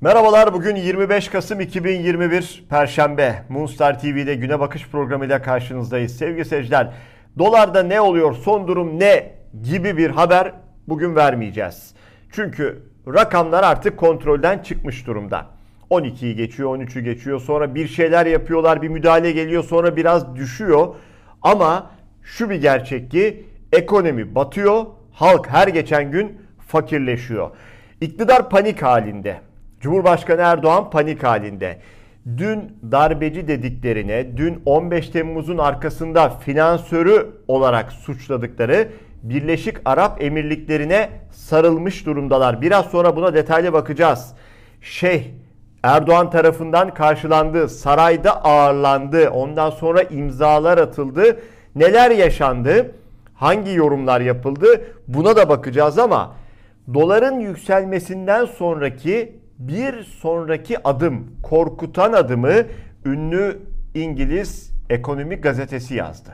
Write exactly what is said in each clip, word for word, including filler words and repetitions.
Merhabalar, bugün yirmi beş Kasım iki bin yirmi bir Perşembe. Moonstar T V'de Güne Bakış programıyla karşınızdayız. Sevgili seyirciler, dolarda ne oluyor, son durum ne gibi bir haber bugün vermeyeceğiz. Çünkü rakamlar artık kontrolden çıkmış durumda. on ikiyi geçiyor, on üçü geçiyor, sonra bir şeyler yapıyorlar, bir müdahale geliyor, sonra biraz düşüyor. Ama şu bir gerçek ki ekonomi batıyor, halk her geçen gün fakirleşiyor. İktidar panik halinde. Cumhurbaşkanı Erdoğan panik halinde. Dün darbeci dediklerine, dün on beş Temmuz'un arkasında finansörü olarak suçladıkları Birleşik Arap Emirlikleri'ne sarılmış durumdalar. Biraz sonra buna detaylı bakacağız. Şeyh Erdoğan tarafından karşılandı, sarayda ağırlandı, ondan sonra imzalar atıldı. Neler yaşandı, hangi yorumlar yapıldı, buna da bakacağız ama doların yükselmesinden sonraki bir sonraki adım, korkutan adımı ünlü İngiliz ekonomik gazetesi yazdı.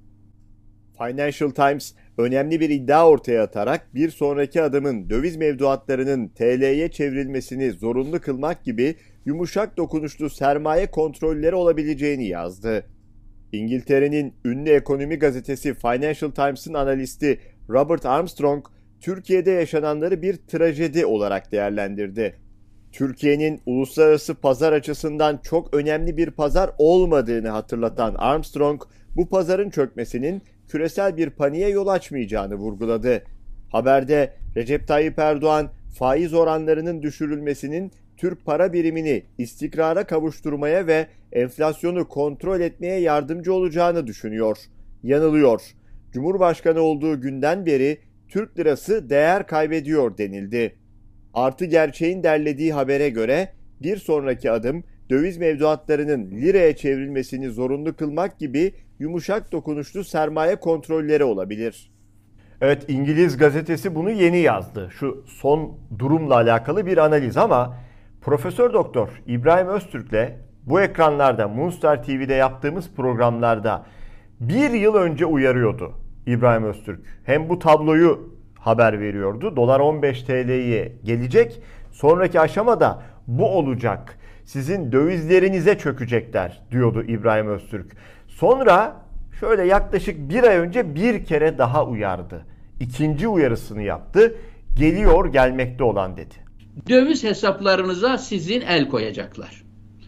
Financial Times önemli bir iddia ortaya atarak bir sonraki adımın döviz mevduatlarının T L'ye çevrilmesini zorunlu kılmak gibi yumuşak dokunuşlu sermaye kontrolleri olabileceğini yazdı. İngiltere'nin ünlü ekonomi gazetesi Financial Times'ın analisti Robert Armstrong, Türkiye'de yaşananları bir trajedi olarak değerlendirdi. Türkiye'nin uluslararası pazar açısından çok önemli bir pazar olmadığını hatırlatan Armstrong, bu pazarın çökmesinin küresel bir paniğe yol açmayacağını vurguladı. Haberde Recep Tayyip Erdoğan, faiz oranlarının düşürülmesinin Türk para birimini istikrara kavuşturmaya ve enflasyonu kontrol etmeye yardımcı olacağını düşünüyor. Yanılıyor. Cumhurbaşkanı olduğu günden beri Türk lirası değer kaybediyor denildi. Artı Gerçeğin derlediği habere göre bir sonraki adım döviz mevduatlarının liraya çevrilmesini zorunlu kılmak gibi yumuşak dokunuşlu sermaye kontrolleri olabilir. Evet, İngiliz gazetesi bunu yeni yazdı. Şu son durumla alakalı bir analiz ama Profesör Doktor İbrahim Öztürk'le bu ekranlarda Moonstar T V'de yaptığımız programlarda bir yıl önce uyarıyordu İbrahim Öztürk. Hem bu tabloyu haber veriyordu. Dolar on beş T L'ye gelecek. Sonraki aşamada bu olacak. Sizin dövizlerinize çökecekler diyordu İbrahim Öztürk. Sonra şöyle yaklaşık bir ay önce bir kere daha uyardı. İkinci uyarısını yaptı. Geliyor, gelmekte olan dedi. Döviz hesaplarınıza sizin el koyacaklar.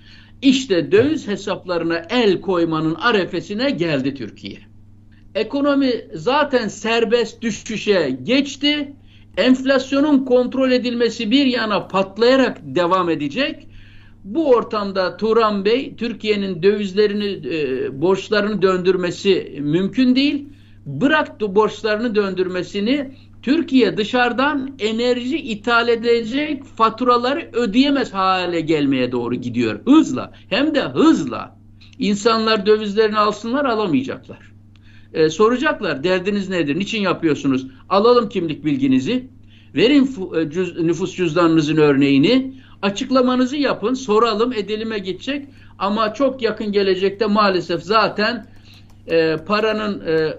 İşte döviz hesaplarına el koymanın arefesine geldi Türkiye. Ekonomi zaten serbest düşüşe geçti. Enflasyonun kontrol edilmesi bir yana patlayarak devam edecek. Bu ortamda Turan Bey, Türkiye'nin dövizlerini, e, borçlarını döndürmesi mümkün değil. Bırak borçlarını döndürmesini, Türkiye dışarıdan enerji ithal edecek faturaları ödeyemez hale gelmeye doğru gidiyor. Hızla, hem de hızla. İnsanlar dövizlerini alsınlar, alamayacaklar. Ee, soracaklar, derdiniz nedir, niçin yapıyorsunuz? Alalım kimlik bilginizi, verin cüz, nüfus cüzdanınızın örneğini, açıklamanızı yapın, soralım, edilime gidecek. Ama çok yakın gelecekte maalesef zaten e, paranın e,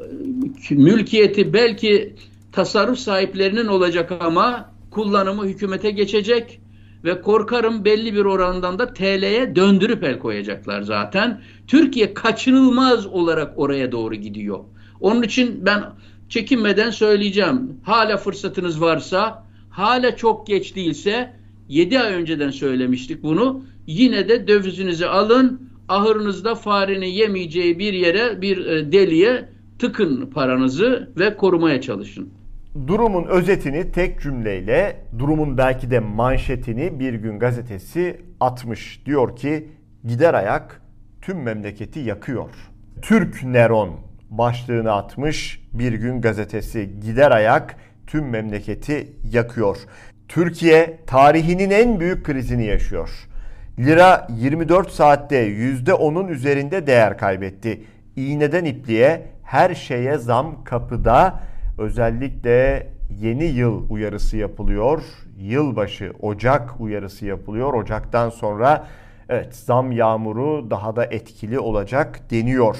mülkiyeti belki tasarruf sahiplerinin olacak ama kullanımı hükümete geçecek. Ve korkarım belli bir orandan da T L'ye döndürüp el koyacaklar zaten. Türkiye kaçınılmaz olarak oraya doğru gidiyor. Onun için ben çekinmeden söyleyeceğim. Hala fırsatınız varsa, hala çok geç değilse, yedi ay önceden söylemiştik bunu. Yine de dövizinizi alın, ahırınızda farenin yemeyeceği bir yere, bir deliğe tıkın paranızı ve korumaya çalışın. Durumun özetini tek cümleyle, durumun belki de manşetini Bir Gün gazetesi atmış. Diyor ki, gider ayak tüm memleketi yakıyor. Türk Neron başlığını atmış Bir Gün gazetesi. Gider ayak tüm memleketi yakıyor. Türkiye tarihinin en büyük krizini yaşıyor. Lira yirmi dört saatte yüzde onun üzerinde değer kaybetti. İğneden ipliğe her şeye zam kapıda. Özellikle yeni yıl uyarısı yapılıyor. Yılbaşı, Ocak uyarısı yapılıyor. Ocaktan sonra evet zam yağmuru daha da etkili olacak deniyor.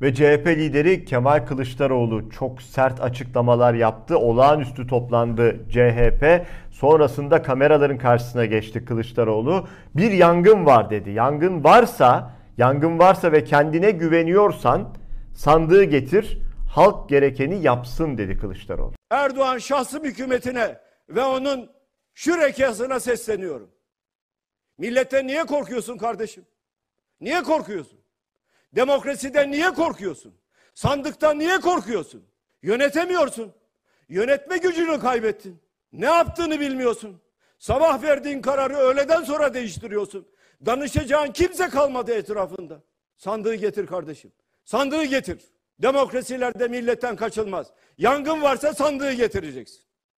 Ve C H P lideri Kemal Kılıçdaroğlu çok sert açıklamalar yaptı. Olağanüstü toplandı C H P. Sonrasında kameraların karşısına geçti Kılıçdaroğlu. Bir yangın var dedi. Yangın varsa, yangın varsa ve kendine güveniyorsan sandığı getir, halk gerekeni yapsın dedi Kılıçdaroğlu. Erdoğan şahsım hükümetine ve onun şürekasına sesleniyorum. Milletten niye korkuyorsun kardeşim? Niye korkuyorsun? Demokrasiden niye korkuyorsun? Sandıktan niye korkuyorsun? Yönetemiyorsun. Yönetme gücünü kaybettin. Ne yaptığını bilmiyorsun. Sabah verdiğin kararı öğleden sonra değiştiriyorsun. Danışacağın kimse kalmadı etrafında. Sandığı getir kardeşim. Sandığı getir. Demokrasilerde milletten kaçılmaz. Yangın varsa sandığı getireceksin.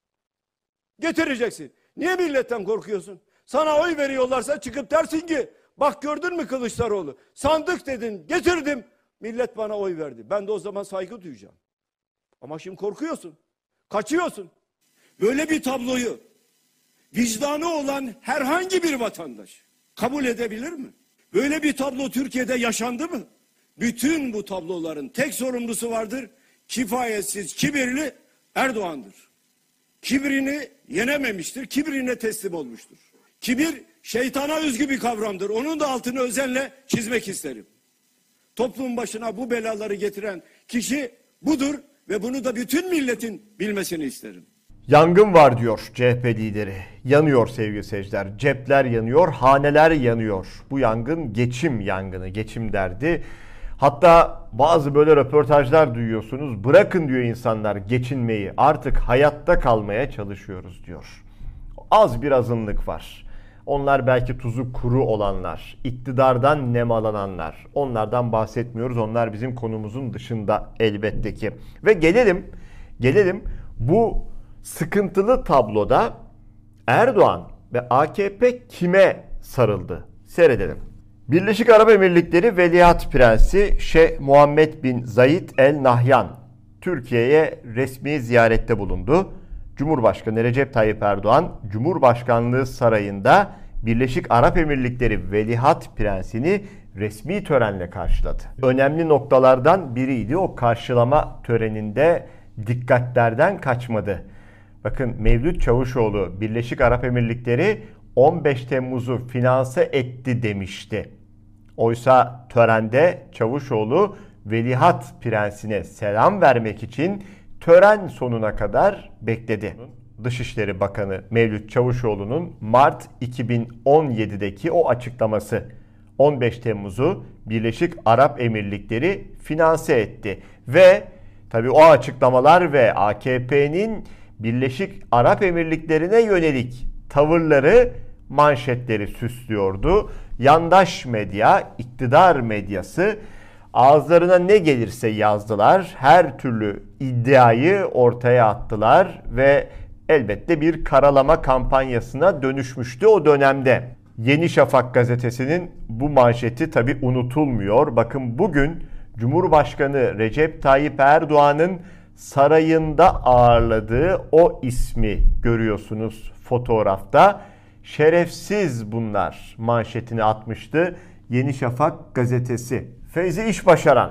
Getireceksin. Niye milletten korkuyorsun? Sana oy veriyorlarsa çıkıp dersin ki bak gördün mü Kılıçdaroğlu? Sandık dedin, getirdim. Millet bana oy verdi. Ben de o zaman saygı duyacağım. Ama şimdi korkuyorsun. Kaçıyorsun. Böyle bir tabloyu vicdanı olan herhangi bir vatandaş kabul edebilir mi? Böyle bir tablo Türkiye'de yaşandı mı? Bütün bu tabloların tek sorumlusu vardır. Kifayetsiz, kibirli Erdoğan'dır. Kibrini yenememiştir. Kibrine teslim olmuştur. Kibir şeytana özgü bir kavramdır. Onun da altını özenle çizmek isterim. Toplumun başına bu belaları getiren kişi budur ve bunu da bütün milletin bilmesini isterim. Yangın var diyor C H P lideri. Yanıyor sevgili seyirciler. Cepler yanıyor, haneler yanıyor. Bu yangın geçim yangını, geçim derdi. Hatta bazı böyle röportajlar duyuyorsunuz. Bırakın diyor insanlar geçinmeyi, artık hayatta kalmaya çalışıyoruz diyor. Az bir azınlık var. Onlar belki tuzu kuru olanlar, iktidardan nemalananlar. Onlardan bahsetmiyoruz. Onlar bizim konumuzun dışında elbette ki. Ve gelelim, gelelim bu sıkıntılı tabloda Erdoğan ve A K P kime sarıldı? Seyredelim. Birleşik Arap Emirlikleri Veliaht Prensi Şeyh Muhammed bin Zayed El Nahyan Türkiye'ye resmi ziyarette bulundu. Cumhurbaşkanı Recep Tayyip Erdoğan Cumhurbaşkanlığı Sarayı'nda Birleşik Arap Emirlikleri Veliaht Prensini resmi törenle karşıladı. Önemli noktalardan biriydi o karşılama töreninde, dikkatlerden kaçmadı. Bakın Mevlüt Çavuşoğlu Birleşik Arap Emirlikleri on beş Temmuz'u finanse etti demişti. Oysa törende Çavuşoğlu Veliaht Prensine selam vermek için tören sonuna kadar bekledi. Dışişleri Bakanı Mevlüt Çavuşoğlu'nun Mart iki bin on yedideki o açıklaması on beş Temmuz'u Birleşik Arap Emirlikleri finanse etti. Ve tabii o açıklamalar ve A K P'nin Birleşik Arap Emirlikleri'ne yönelik tavırları manşetleri süslüyordu. Yandaş medya, iktidar medyası ağızlarına ne gelirse yazdılar. Her türlü iddiayı ortaya attılar ve elbette bir karalama kampanyasına dönüşmüştü o dönemde. Yeni Şafak gazetesinin bu manşeti tabii unutulmuyor. Bakın bugün Cumhurbaşkanı Recep Tayyip Erdoğan'ın sarayında ağırladığı o ismi görüyorsunuz fotoğrafta. Şerefsiz bunlar manşetini atmıştı Yeni Şafak gazetesi. Feyzi İşbaşaran,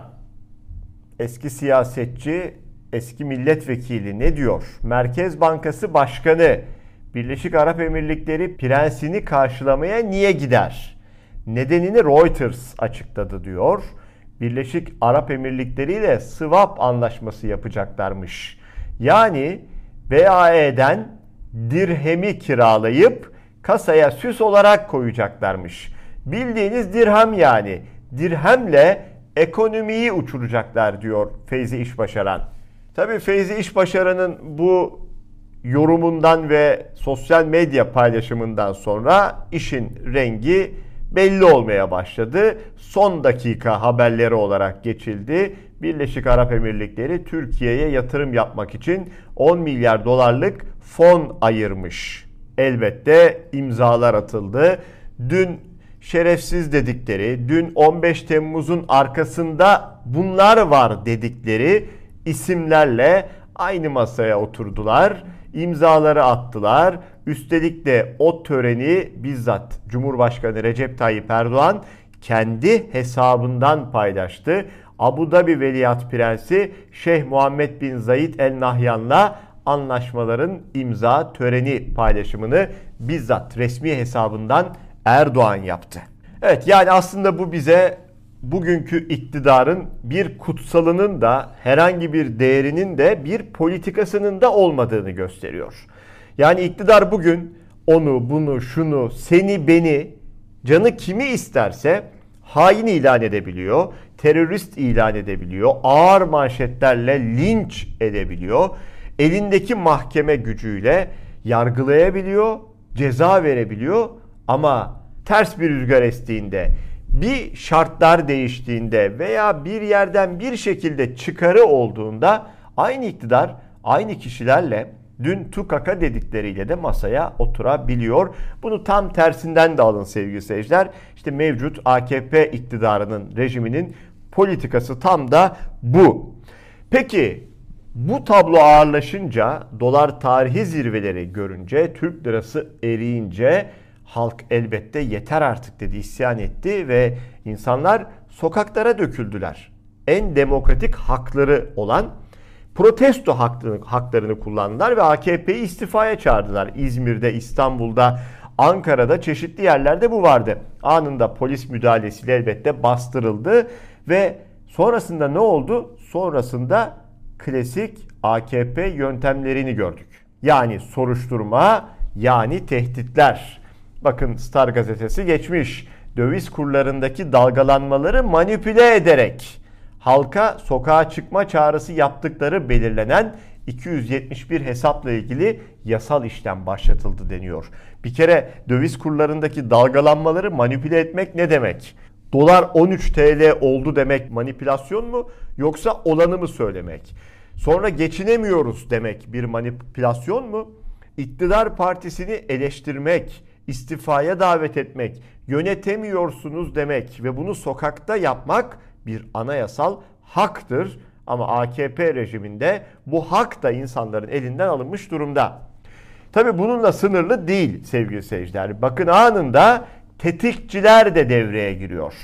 eski siyasetçi, eski milletvekili ne diyor? Merkez Bankası Başkanı Birleşik Arap Emirlikleri prensini karşılamaya niye gider? Nedenini Reuters açıkladı diyor. Birleşik Arap Emirlikleri ile swap anlaşması yapacaklarmış. Yani B A E'den dirhemi kiralayıp kasaya süs olarak koyacaklarmış. Bildiğiniz dirhem yani. Dirhemle ekonomiyi uçuracaklar diyor Feyzi İşbaşaran. Tabii Feyzi İşbaşaran'ın bu yorumundan ve sosyal medya paylaşımından sonra işin rengi belli olmaya başladı. Son dakika haberleri olarak geçildi. Birleşik Arap Emirlikleri Türkiye'ye yatırım yapmak için on milyar dolarlık fon ayırmış. Elbette imzalar atıldı. Dün şerefsiz dedikleri, dün on beş Temmuz'un arkasında bunlar var dedikleri isimlerle aynı masaya oturdular. İmzaları attılar. Üstelik de o töreni bizzat Cumhurbaşkanı Recep Tayyip Erdoğan kendi hesabından paylaştı. Abu Dhabi Veliaht Prensi Şeyh Muhammed bin Zayed El Nahyan'la anlaşmaların imza töreni paylaşımını bizzat resmi hesabından Erdoğan yaptı. Evet, yani aslında bu bize bugünkü iktidarın bir kutsalının da herhangi bir değerinin de bir politikasının da olmadığını gösteriyor. Yani iktidar bugün onu, bunu, şunu, seni, beni, canı kimi isterse hain ilan edebiliyor, terörist ilan edebiliyor, ağır manşetlerle linç edebiliyor, elindeki mahkeme gücüyle yargılayabiliyor, ceza verebiliyor ama ters bir rüzgar estiğinde, bir şartlar değiştiğinde veya bir yerden bir şekilde çıkarı olduğunda aynı iktidar aynı kişilerle dün tukaka dedikleriyle de masaya oturabiliyor. Bunu tam tersinden de alın sevgili seyirciler. İşte mevcut A K P iktidarının, rejiminin politikası tam da bu. Peki bu tablo ağırlaşınca, dolar tarihi zirveleri görünce, Türk lirası eriyince halk elbette yeter artık dedi, isyan etti ve insanlar sokaklara döküldüler. En demokratik hakları olan protesto haklarını, haklarını kullandılar ve A K P'yi istifaya çağırdılar. İzmir'de, İstanbul'da, Ankara'da, çeşitli yerlerde bu vardı. Anında polis müdahalesiyle elbette bastırıldı ve sonrasında ne oldu? Sonrasında klasik A K P yöntemlerini gördük. Yani soruşturma, yani tehditler. Bakın Star gazetesi geçmiş. Döviz kurlarındaki dalgalanmaları manipüle ederek halka sokağa çıkma çağrısı yaptıkları belirlenen iki yüz yetmiş bir hesapla ilgili yasal işlem başlatıldı deniyor. Bir kere döviz kurlarındaki dalgalanmaları manipüle etmek ne demek? Dolar on üç TL oldu demek manipülasyon mu, yoksa olanı mı söylemek? Sonra geçinemiyoruz demek bir manipülasyon mu? İktidar partisini eleştirmek, istifaya davet etmek, yönetemiyorsunuz demek ve bunu sokakta yapmak bir anayasal haktır. Ama A K P rejiminde bu hak da insanların elinden alınmış durumda. Tabii bununla sınırlı değil sevgili seyirciler. Bakın anında tetikçiler de devreye giriyor.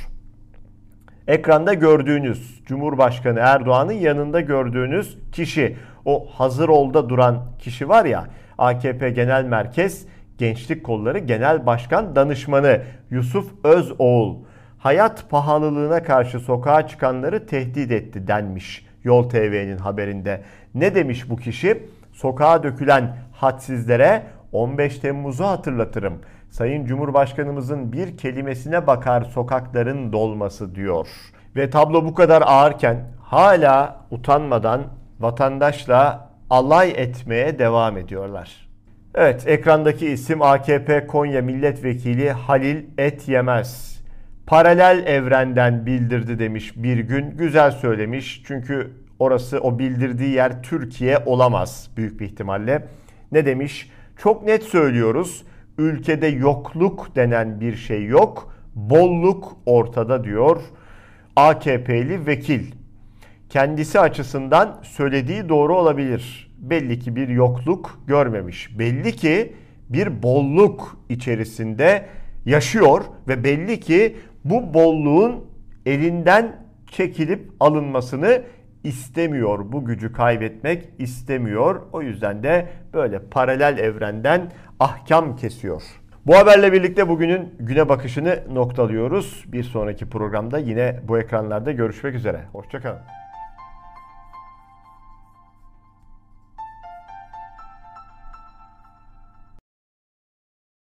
Ekranda gördüğünüz Cumhurbaşkanı Erdoğan'ın yanında gördüğünüz kişi, o hazır olda duran kişi var ya, A K P Genel Merkez Gençlik Kolları Genel Başkan Danışmanı Yusuf Özoğul, hayat pahalılığına karşı sokağa çıkanları tehdit etti denmiş Yol T V'nin haberinde. Ne demiş bu kişi? Sokağa dökülen hadsizlere on beş Temmuz'u hatırlatırım. Sayın Cumhurbaşkanımızın bir kelimesine bakar sokakların dolması diyor. Ve tablo bu kadar ağırken hala utanmadan vatandaşla alay etmeye devam ediyorlar. Evet, ekrandaki isim A K P Konya Milletvekili Halil Etyemez. Paralel evrenden bildirdi demiş bir gün. Güzel söylemiş çünkü orası, o bildirdiği yer Türkiye olamaz büyük bir ihtimalle. Ne demiş? Çok net söylüyoruz. Ülkede yokluk denen bir şey yok. Bolluk ortada diyor A K P'li vekil. Kendisi açısından söylediği doğru olabilir. Belli ki bir yokluk görmemiş. Belli ki bir bolluk içerisinde yaşıyor ve belli ki bu bolluğun elinden çekilip alınmasını istemiyor. Bu gücü kaybetmek istemiyor. O yüzden de böyle paralel evrenden ahkam kesiyor. Bu haberle birlikte bugünün güne bakışını noktalıyoruz. Bir sonraki programda yine bu ekranlarda görüşmek üzere. Hoşça kalın.